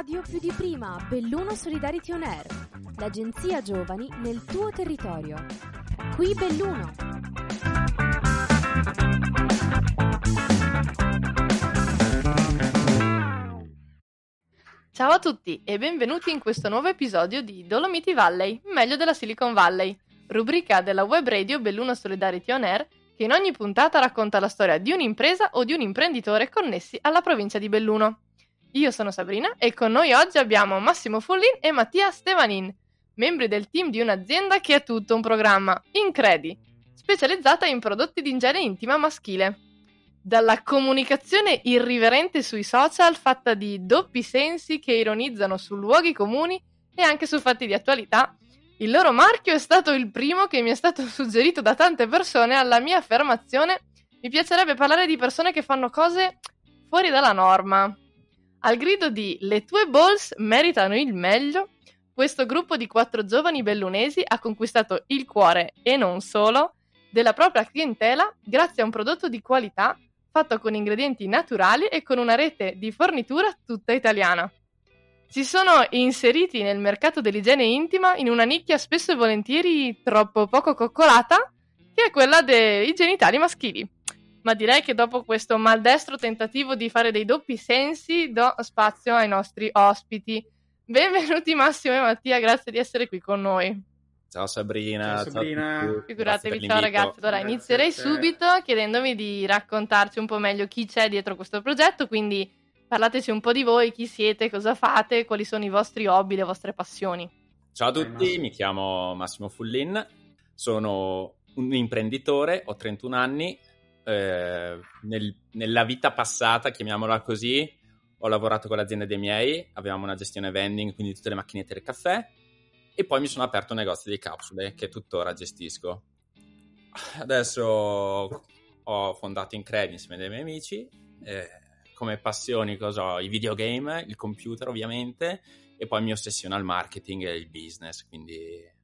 radio più di prima, Belluno Solidarity On Air, l'agenzia giovani nel tuo territorio. Qui Belluno. Ciao a tutti e benvenuti in questo nuovo episodio di Dolomiti Valley, meglio della Silicon Valley, rubrica della web radio Belluno Solidarity On Air che in ogni puntata racconta la storia di un'impresa o di un imprenditore connessi alla provincia di Belluno. Io sono Sabrina e con noi oggi abbiamo Massimo Fullin e Mattia Stevanin, membri del team di un'azienda che è tutto un programma, Incredi, specializzata in prodotti di igiene intima maschile. Dalla comunicazione irriverente sui social fatta di doppi sensi che ironizzano su luoghi comuni e anche su fatti di attualità, il loro marchio è stato il primo che mi è stato suggerito da tante persone alla mia affermazione: mi piacerebbe parlare di persone che fanno cose fuori dalla norma. Al grido di "le tue balls meritano il meglio", questo gruppo di 4 giovani bellunesi ha conquistato il cuore, e non solo, della propria clientela grazie a un prodotto di qualità fatto con ingredienti naturali e con una rete di fornitura tutta italiana. Si sono inseriti nel mercato dell'igiene intima in una nicchia spesso e volentieri troppo poco coccolata, che è quella dei genitali maschili. Ma direi che dopo questo maldestro tentativo di fare dei doppi sensi do spazio ai nostri ospiti. Benvenuti Massimo e Mattia, grazie di essere qui con noi. Ciao Sabrina. Ciao Sabrina. Figuratevi, ciao ragazzi. Allora inizierei subito chiedendovi di raccontarci un po' meglio chi c'è dietro questo progetto, quindi parlateci un po' di voi, chi siete, cosa fate, quali sono i vostri hobby, le vostre passioni. Ciao a tutti, mi chiamo Massimo Fullin, sono un imprenditore, ho 31 anni, nella vita passata, chiamiamola così, ho lavorato con l'azienda dei miei, avevamo una gestione vending, quindi tutte le macchinette del caffè, e poi mi sono aperto un negozio di capsule che tuttora gestisco. Adesso ho fondato Incredi insieme ai miei amici, come passioni cosa ho? I videogame, il computer ovviamente, e poi mi ossessiona il marketing e il business, quindi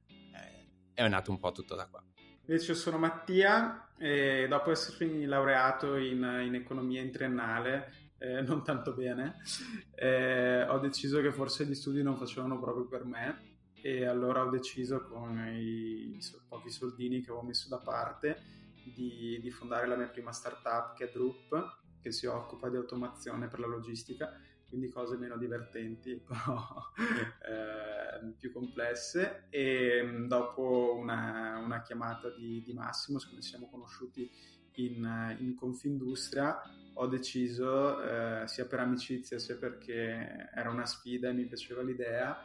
è nato un po' tutto da qua. Invece io sono Mattia e dopo essermi laureato in economia in triennale, non tanto bene, ho deciso che forse gli studi non facevano proprio per me, e allora ho deciso con i pochi soldini che avevo messo da parte di fondare la mia prima startup, che è Drup, che si occupa di automazione per la logistica, quindi cose meno divertenti, però più complesse. E dopo una chiamata di Massimo, siccome ci siamo conosciuti in Confindustria, ho deciso, sia per amicizia sia perché era una sfida e mi piaceva l'idea,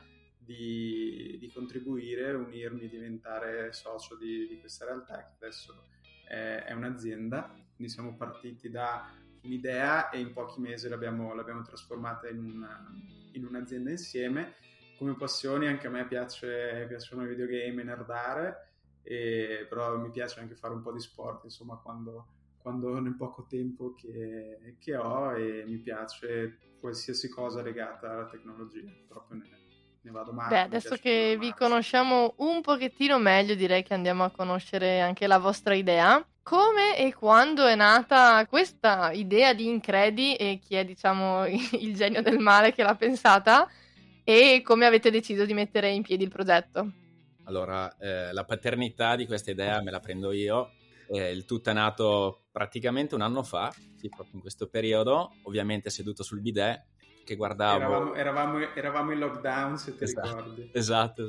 di contribuire, unirmi, diventare socio di questa realtà che adesso è un'azienda. Quindi siamo partiti da un'idea e in pochi mesi l'abbiamo trasformata in un'azienda insieme. Come passioni anche a me piacciono i videogame e nerdare, però mi piace anche fare un po' di sport, insomma, quando nel poco tempo che ho, e mi piace qualsiasi cosa legata alla tecnologia, proprio ne vado male. Adesso che vi conosciamo un pochettino meglio, direi che andiamo a conoscere anche la vostra idea. Come e quando è nata questa idea di Incredi e chi è, diciamo, il genio del male che l'ha pensata, e come avete deciso di mettere in piedi il progetto? Allora, la paternità di questa idea me la prendo io. Il tutto è nato praticamente un anno fa, sì, proprio in questo periodo, ovviamente seduto sul bidet, che guardavo... Eravamo in lockdown, se ti ricordi. Esatto.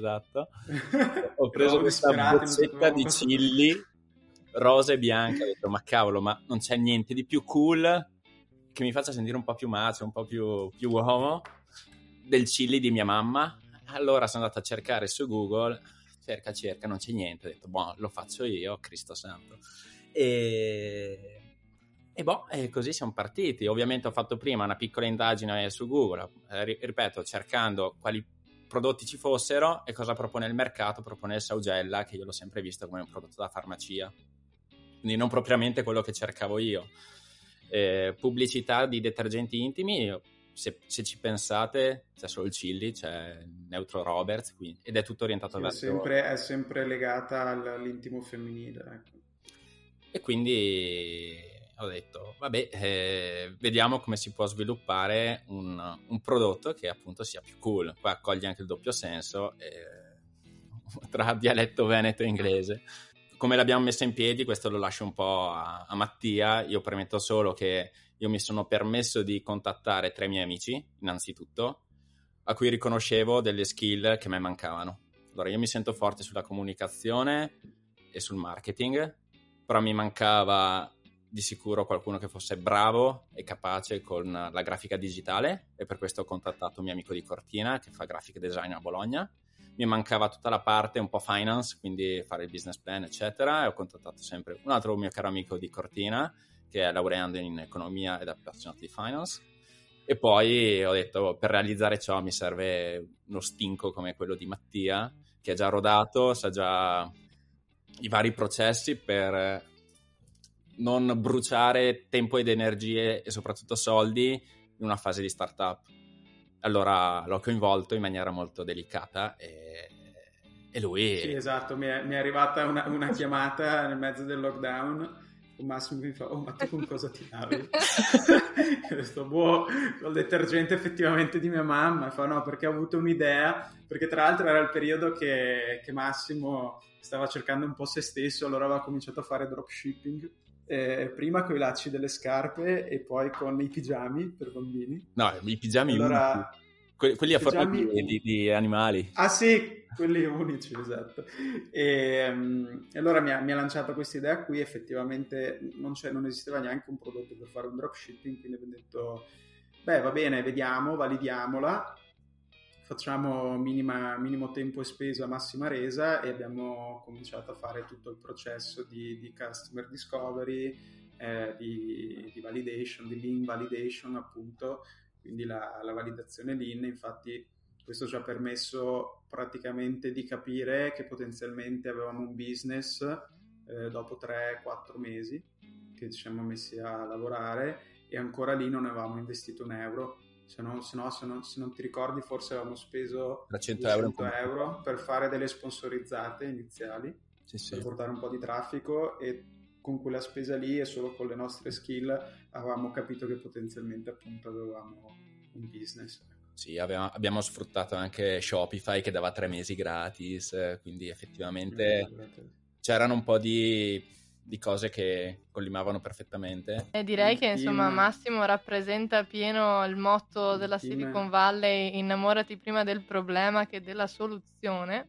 Ho preso questa boccetta di chilli rosa e bianca, ho detto ma cavolo, ma non c'è niente di più cool che mi faccia sentire un po' più macho, un po' più uomo del chilli di mia mamma. Allora sono andato a cercare su Google, cerca, non c'è niente, ho detto boh, lo faccio io, Cristo santo. E così siamo partiti. Ovviamente ho fatto prima una piccola indagine su Google, ripeto, cercando quali prodotti ci fossero e cosa propone il mercato. Propone il Saugella, che io l'ho sempre visto come un prodotto da farmacia, quindi non propriamente quello che cercavo io. Pubblicità di detergenti intimi, se ci pensate c'è solo il Chilli, c'è Neutro Roberts, quindi, ed è tutto orientato verso... È sempre legata all'intimo femminile, ecco. E quindi ho detto, vabbè, vediamo come si può sviluppare un prodotto che appunto sia più cool. Qua coglie anche il doppio senso tra dialetto veneto e inglese. Come l'abbiamo messa in piedi, questo lo lascio un po' a Mattia. Io premetto solo che io mi sono permesso di contattare 3 miei amici, innanzitutto, a cui riconoscevo delle skill che mi mancavano. Allora, io mi sento forte sulla comunicazione e sul marketing, però mi mancava di sicuro qualcuno che fosse bravo e capace con la grafica digitale, e per questo ho contattato un mio amico di Cortina che fa graphic design a Bologna. Mi mancava tutta la parte un po' finance, quindi fare il business plan, eccetera, e ho contattato sempre un altro mio caro amico di Cortina che è laureando in economia ed appassionato di finance. E poi ho detto, per realizzare ciò mi serve uno stinco come quello di Mattia, che è già rodato, sa già i vari processi per non bruciare tempo ed energie e soprattutto soldi in una fase di startup. Allora l'ho coinvolto in maniera molto delicata e lui... Sì, esatto, mi è arrivata una chiamata nel mezzo del lockdown, con Massimo che mi fa, oh, ma tu con cosa ti lavi? Io ho detto, boh, col detergente effettivamente di mia mamma. E fa, no, perché ho avuto un'idea, perché tra l'altro era il periodo che Massimo stava cercando un po' se stesso, allora aveva cominciato a fare dropshipping. Prima con i lacci delle scarpe e poi con i pigiami per bambini. No, i pigiami allora, quelli a forma pigiami... di animali. Ah sì, quelli unici, esatto. E allora mi ha lanciato questa idea qui, effettivamente non esisteva neanche un prodotto per fare un dropshipping, quindi abbiamo detto, beh, va bene, vediamo, validiamola, facciamo minimo tempo e spesa, massima resa, e abbiamo cominciato a fare tutto il processo di customer discovery, di validation, di lean validation appunto, quindi la validazione lean. Infatti questo ci ha permesso praticamente di capire che potenzialmente avevamo un business dopo 3-4 mesi che ci siamo messi a lavorare, e ancora lì non avevamo investito un euro. Se non ti ricordi, forse avevamo speso 300 euro per fare delle sponsorizzate iniziali, sì. per portare un po' di traffico, e con quella spesa lì e solo con le nostre skill avevamo capito che potenzialmente appunto avevamo un business. Sì, abbiamo sfruttato anche Shopify che dava 3 mesi gratis, quindi effettivamente c'erano un po' di cose che collimavano perfettamente. E direi che insomma Massimo rappresenta pieno il motto della Silicon Valley: innamorati prima del problema che della soluzione.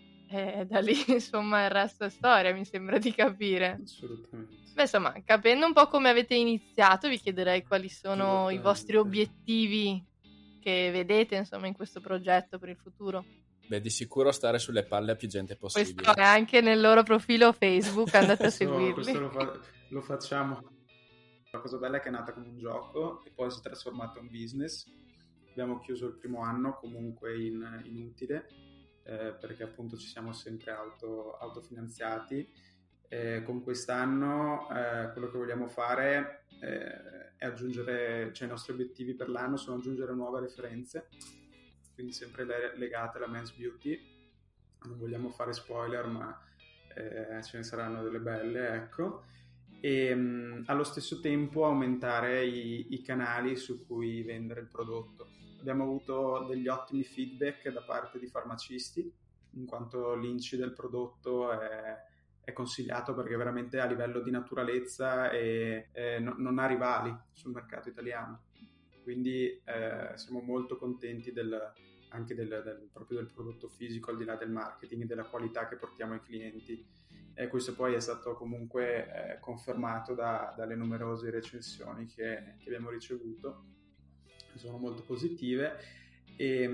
E da lì insomma il resto è storia, mi sembra di capire. Assolutamente. Beh, insomma, capendo un po' come avete iniziato, vi chiederei quali sono i vostri obiettivi che vedete insomma in questo progetto per il futuro. Beh, di sicuro stare sulle palle a più gente possibile. Questo è anche nel loro profilo Facebook, andate a seguirli. Questo lo facciamo. La cosa bella è che è nata come un gioco e poi si è trasformato in un business. Abbiamo chiuso il primo anno comunque in utile, perché appunto ci siamo sempre autofinanziati. Con quest'anno quello che vogliamo fare è aggiungere, cioè i nostri obiettivi per l'anno sono aggiungere nuove referenze, quindi sempre legate alla men's beauty. Non vogliamo fare spoiler, ma ce ne saranno delle belle, ecco. E allo stesso tempo aumentare i canali su cui vendere il prodotto. Abbiamo avuto degli ottimi feedback da parte di farmacisti, in quanto l'INCI del prodotto è consigliato perché veramente a livello di naturalezza non ha rivali sul mercato italiano. Quindi siamo molto contenti anche proprio del prodotto fisico, al di là del marketing e della qualità che portiamo ai clienti. E questo poi è stato comunque confermato dalle numerose recensioni che abbiamo ricevuto, che sono molto positive. E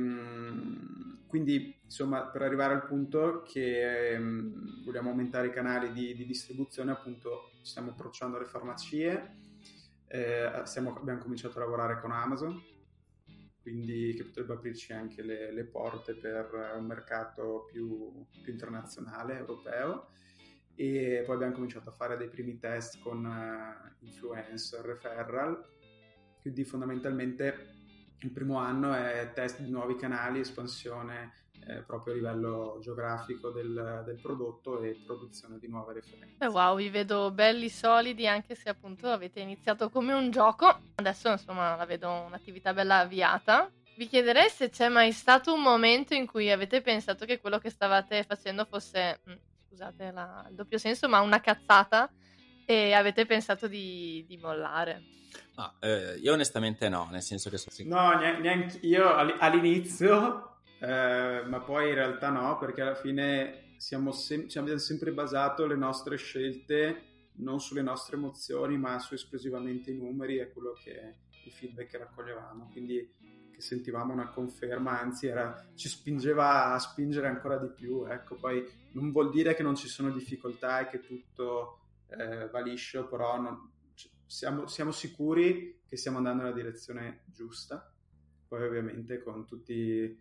quindi insomma, per arrivare al punto che vogliamo aumentare i canali di distribuzione, appunto stiamo approcciando le farmacie, abbiamo cominciato a lavorare con Amazon, quindi che potrebbe aprirci anche le porte per un mercato più internazionale, europeo. E poi abbiamo cominciato a fare dei primi test con influencer, referral, quindi fondamentalmente il primo anno è test di nuovi canali, espansione proprio a livello geografico del prodotto e produzione di nuove referenze. Wow, vi vedo belli solidi, anche se appunto avete iniziato come un gioco, adesso insomma la vedo un'attività bella avviata. Vi chiederei se c'è mai stato un momento in cui avete pensato che quello che stavate facendo fosse, scusate il doppio senso, ma una cazzata, e avete pensato di mollare. Io onestamente no, nel senso che no, neanche io all'inizio, ma poi in realtà no, perché alla fine abbiamo sempre basato le nostre scelte non sulle nostre emozioni, ma su esclusivamente i numeri e quello che i feedback che raccoglievamo, quindi che sentivamo una conferma, anzi ci spingeva a spingere ancora di più, ecco. Poi non vuol dire che non ci sono difficoltà e che tutto va liscio, però siamo sicuri che stiamo andando nella direzione giusta, poi ovviamente con tutte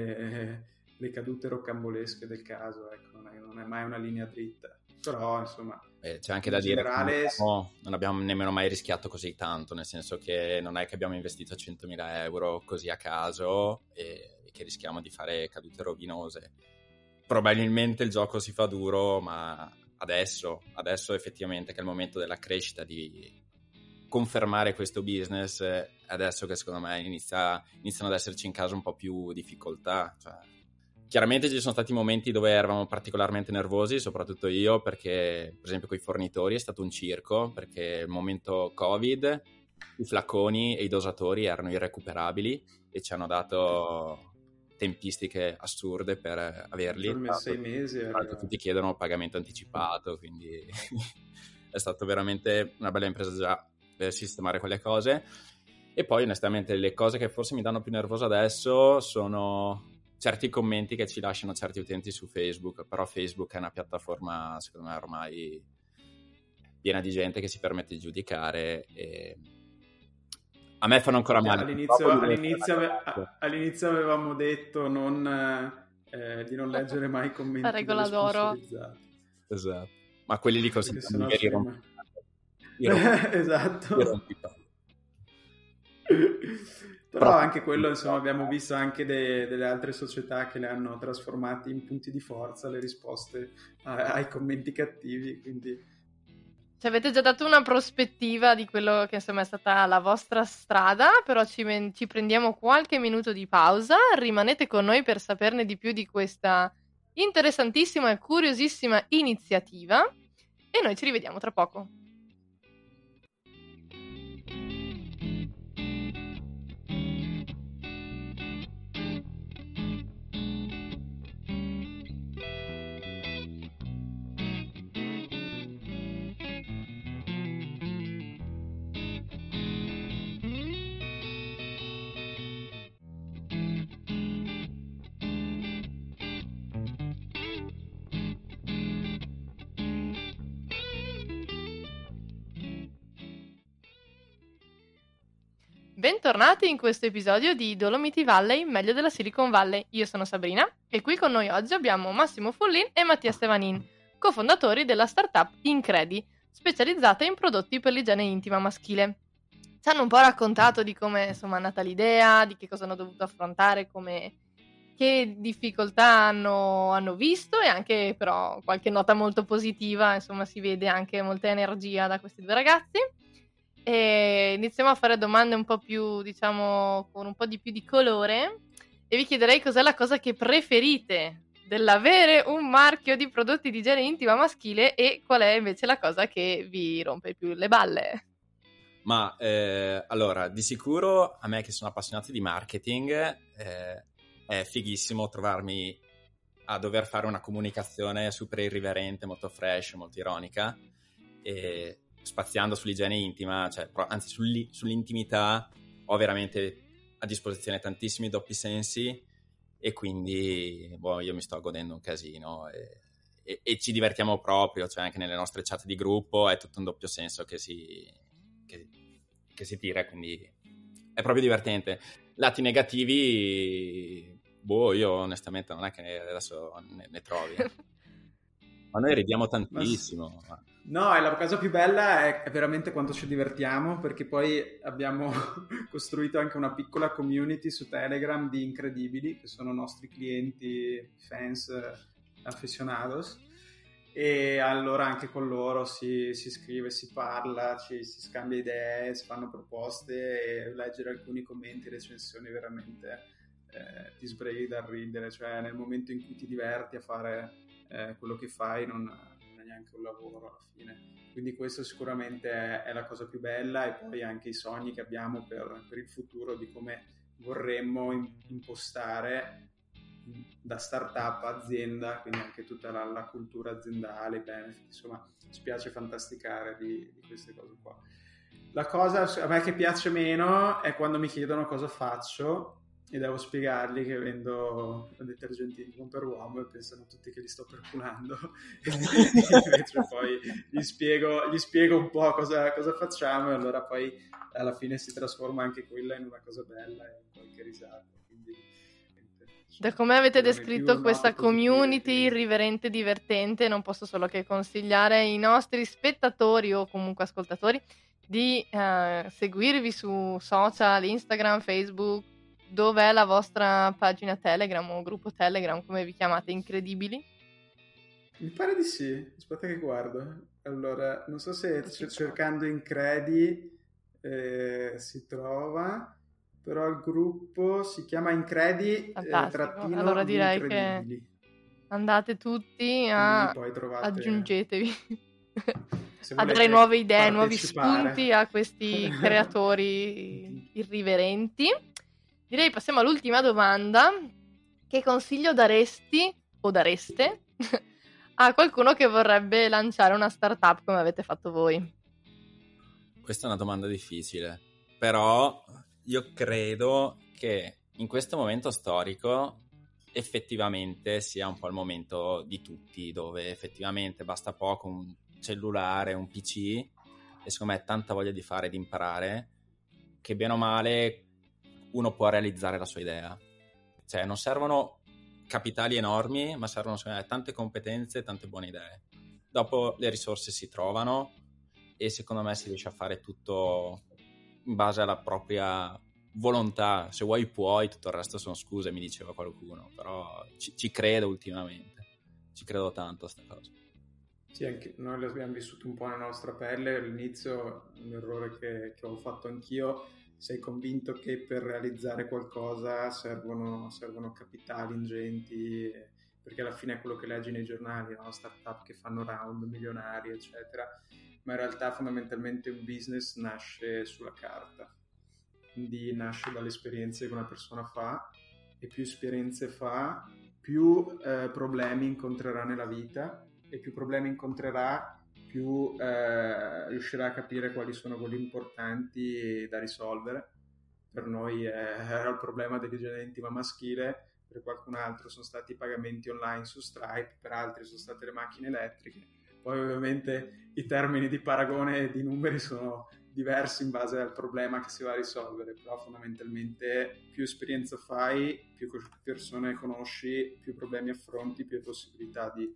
le cadute rocambolesche del caso, ecco, non è mai una linea dritta, però insomma c'è anche da dire che non abbiamo nemmeno mai rischiato così tanto, nel senso che non è che abbiamo investito 100.000 euro così a caso e che rischiamo di fare cadute rovinose. Probabilmente il gioco si fa duro, ma adesso effettivamente che è il momento della crescita, di confermare questo business, adesso che secondo me iniziano ad esserci in casa un po' più difficoltà. Cioè, chiaramente ci sono stati momenti dove eravamo particolarmente nervosi, soprattutto io, perché per esempio con i fornitori è stato un circo, perché il momento Covid i flaconi e i dosatori erano irrecuperabili e ci hanno dato tempistiche assurde per averli. Per 6 mesi. Tutti chiedono pagamento anticipato, quindi è stato veramente una bella impresa già per sistemare quelle cose. E poi onestamente le cose che forse mi danno più nervoso adesso sono certi commenti che ci lasciano certi utenti su Facebook, però Facebook è una piattaforma secondo me ormai piena di gente che si permette di giudicare e a me fanno ancora male. All'inizio avevamo detto di non leggere mai i commenti. La regola d'oro. Esatto. Ma quelli li considerano veri esatto. Però anche quello, insomma, abbiamo visto anche delle altre società che le hanno trasformate in punti di forza le risposte ai commenti cattivi, quindi ci avete già dato una prospettiva di quello che insomma è stata la vostra strada, però ci prendiamo qualche minuto di pausa, rimanete con noi per saperne di più di questa interessantissima e curiosissima iniziativa e noi ci rivediamo tra poco. Bentornati in questo episodio di Dolomiti Valley, meglio della Silicon Valley. Io sono Sabrina e qui con noi oggi abbiamo Massimo Follin e Mattia Stevanin, cofondatori della startup Incredi, specializzata in prodotti per l'igiene intima maschile. Ci hanno un po' raccontato di come insomma è nata l'idea, di che cosa hanno dovuto affrontare, che difficoltà hanno visto e anche però qualche nota molto positiva, insomma si vede anche molta energia da questi due ragazzi. E iniziamo a fare domande un po' più, diciamo, con un po' di più di colore e vi chiederei cos'è la cosa che preferite dell'avere un marchio di prodotti di igiene intima maschile e qual è invece la cosa che vi rompe più le balle. Ma allora, di sicuro a me che sono appassionato di marketing è fighissimo trovarmi a dover fare una comunicazione super irriverente, molto fresh, molto ironica e spaziando sull'igiene intima, cioè, anzi sull'intimità ho veramente a disposizione tantissimi doppi sensi e quindi io mi sto godendo un casino e ci divertiamo proprio, cioè anche nelle nostre chat di gruppo è tutto un doppio senso che si tira, quindi è proprio divertente. Lati negativi, io onestamente non è che adesso ne trovi. Ma noi ridiamo tantissimo. No, e la cosa più bella è veramente quanto ci divertiamo, perché poi abbiamo costruito anche una piccola community su Telegram di incredibili, che sono nostri clienti, fans, aficionados, e allora anche con loro si scrive, si parla, si scambia idee, si fanno proposte, e leggere alcuni commenti e recensioni veramente ti sbrighi dal ridere, cioè nel momento in cui ti diverti a fare quello che fai non è neanche un lavoro alla fine. Quindi questo sicuramente è la cosa più bella, e poi anche i sogni che abbiamo per il futuro di come vorremmo impostare da startup a azienda, quindi anche tutta la cultura aziendale, i benefit, insomma ci piace fantasticare di queste cose qua. La cosa a me che piace meno è quando mi chiedono cosa faccio e devo spiegargli che vendo detergenti per uomo, e pensano tutti che li sto perculando. Invece poi gli spiego un po' cosa facciamo, e allora poi alla fine si trasforma anche quella in una cosa bella e qualche risata. Quindi, da come avete descritto questa community irriverente, divertente, non posso solo che consigliare ai nostri spettatori o comunque ascoltatori di seguirvi su social, Instagram, Facebook. Dov'è la vostra pagina Telegram o gruppo Telegram, come vi chiamate? Incredibili? Mi pare di sì, aspetta che guardo. Allora, non so se cercando Incredi si trova, però il gruppo si chiama Incredi trattino allora direi che andate tutti aggiungetevi a dare nuove idee, nuovi spunti a questi creatori irriverenti. Direi passiamo all'ultima domanda. Che consiglio daresti o dareste a qualcuno che vorrebbe lanciare una startup come avete fatto voi? Questa è una domanda difficile, però io credo che in questo momento storico effettivamente sia un po' il momento di tutti, dove effettivamente basta poco, un cellulare, un PC, e secondo me tanta voglia di fare, di imparare, che bene o male uno può realizzare la sua idea. Cioè non servono capitali enormi, ma servono secondo me tante competenze e tante buone idee. Dopo le risorse si trovano, e secondo me si riesce a fare tutto in base alla propria volontà. Se vuoi puoi, tutto il resto sono scuse, mi diceva qualcuno, però ci credo ultimamente, ci credo tanto a sta cosa. Sì, anche noi l'abbiamo vissuto un po' nella nostra pelle. All'inizio un errore che ho fatto anch'io: sei convinto che per realizzare qualcosa servono capitali ingenti, perché alla fine è quello che leggi nei giornali, no? Startup che fanno round milionari eccetera, ma in realtà fondamentalmente un business nasce sulla carta, quindi nasce dalle esperienze che una persona fa, e più esperienze fa, più problemi incontrerà nella vita, e più problemi incontrerà, più riuscirà a capire quali sono quelli importanti da risolvere. Per noi era il problema dell'ingentiva maschile, per qualcun altro sono stati i pagamenti online su Stripe, per altri sono state le macchine elettriche. Poi ovviamente i termini di paragone e di numeri sono diversi in base al problema che si va a risolvere, però fondamentalmente più esperienza fai, più persone conosci, più problemi affronti, più possibilità di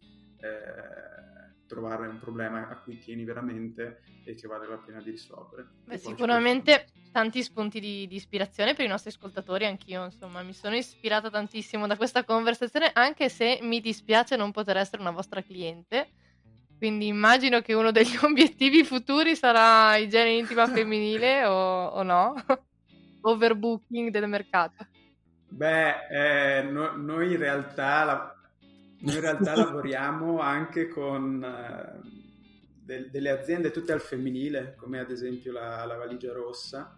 trovare un problema a cui tieni veramente e che vale la pena di risolvere. Sicuramente tanti spunti di ispirazione per i nostri ascoltatori. Anch'io insomma mi sono ispirata tantissimo da questa conversazione, anche se mi dispiace non poter essere una vostra cliente, quindi immagino che uno degli obiettivi futuri sarà igiene intima femminile o no? Overbooking del mercato. Beh, noi in realtà lavoriamo anche con delle aziende tutte al femminile, come ad esempio la valigia rossa,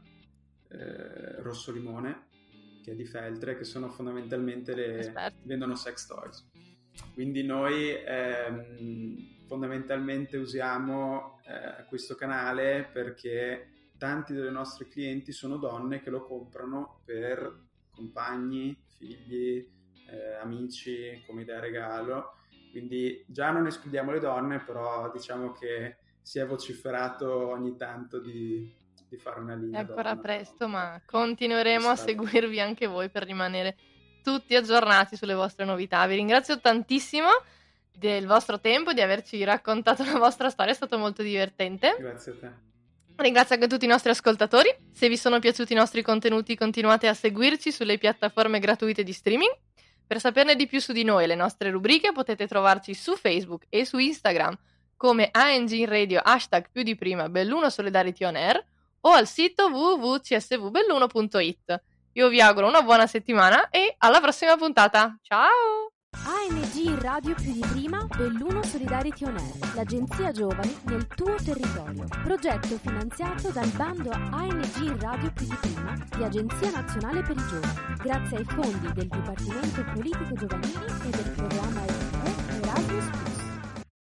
rosso limone, che è di Feltre, che sono fondamentalmente vendono sex toys. Quindi noi fondamentalmente usiamo questo canale perché tanti dei nostri clienti sono donne che lo comprano per compagni, figli, amici, come idea regalo. Quindi già non escludiamo le donne, però diciamo che si è vociferato ogni tanto di fare una linea. È ancora presto, ma continueremo a seguirvi anche voi per rimanere tutti aggiornati sulle vostre novità. Vi ringrazio tantissimo del vostro tempo, di averci raccontato la vostra storia, è stato molto divertente. Grazie a te. Ringrazio anche tutti i nostri ascoltatori. Se vi sono piaciuti i nostri contenuti, continuate a seguirci sulle piattaforme gratuite di streaming. Per saperne di più su di noi e le nostre rubriche potete trovarci su Facebook e su Instagram come ANG in Radio #più di prima Belluno Solidarity On Air o al sito www.csvbelluno.it. Io vi auguro una buona settimana e alla prossima puntata. Ciao! ANG in Radio più di prima Belluno Solidarity On Air, l'agenzia giovani nel tuo territorio. Progetto finanziato dal bando ANG in Radio più di prima di Agenzia Nazionale per i Giovani, grazie ai fondi del Dipartimento Politiche Giovanili e del programma Erasmus+.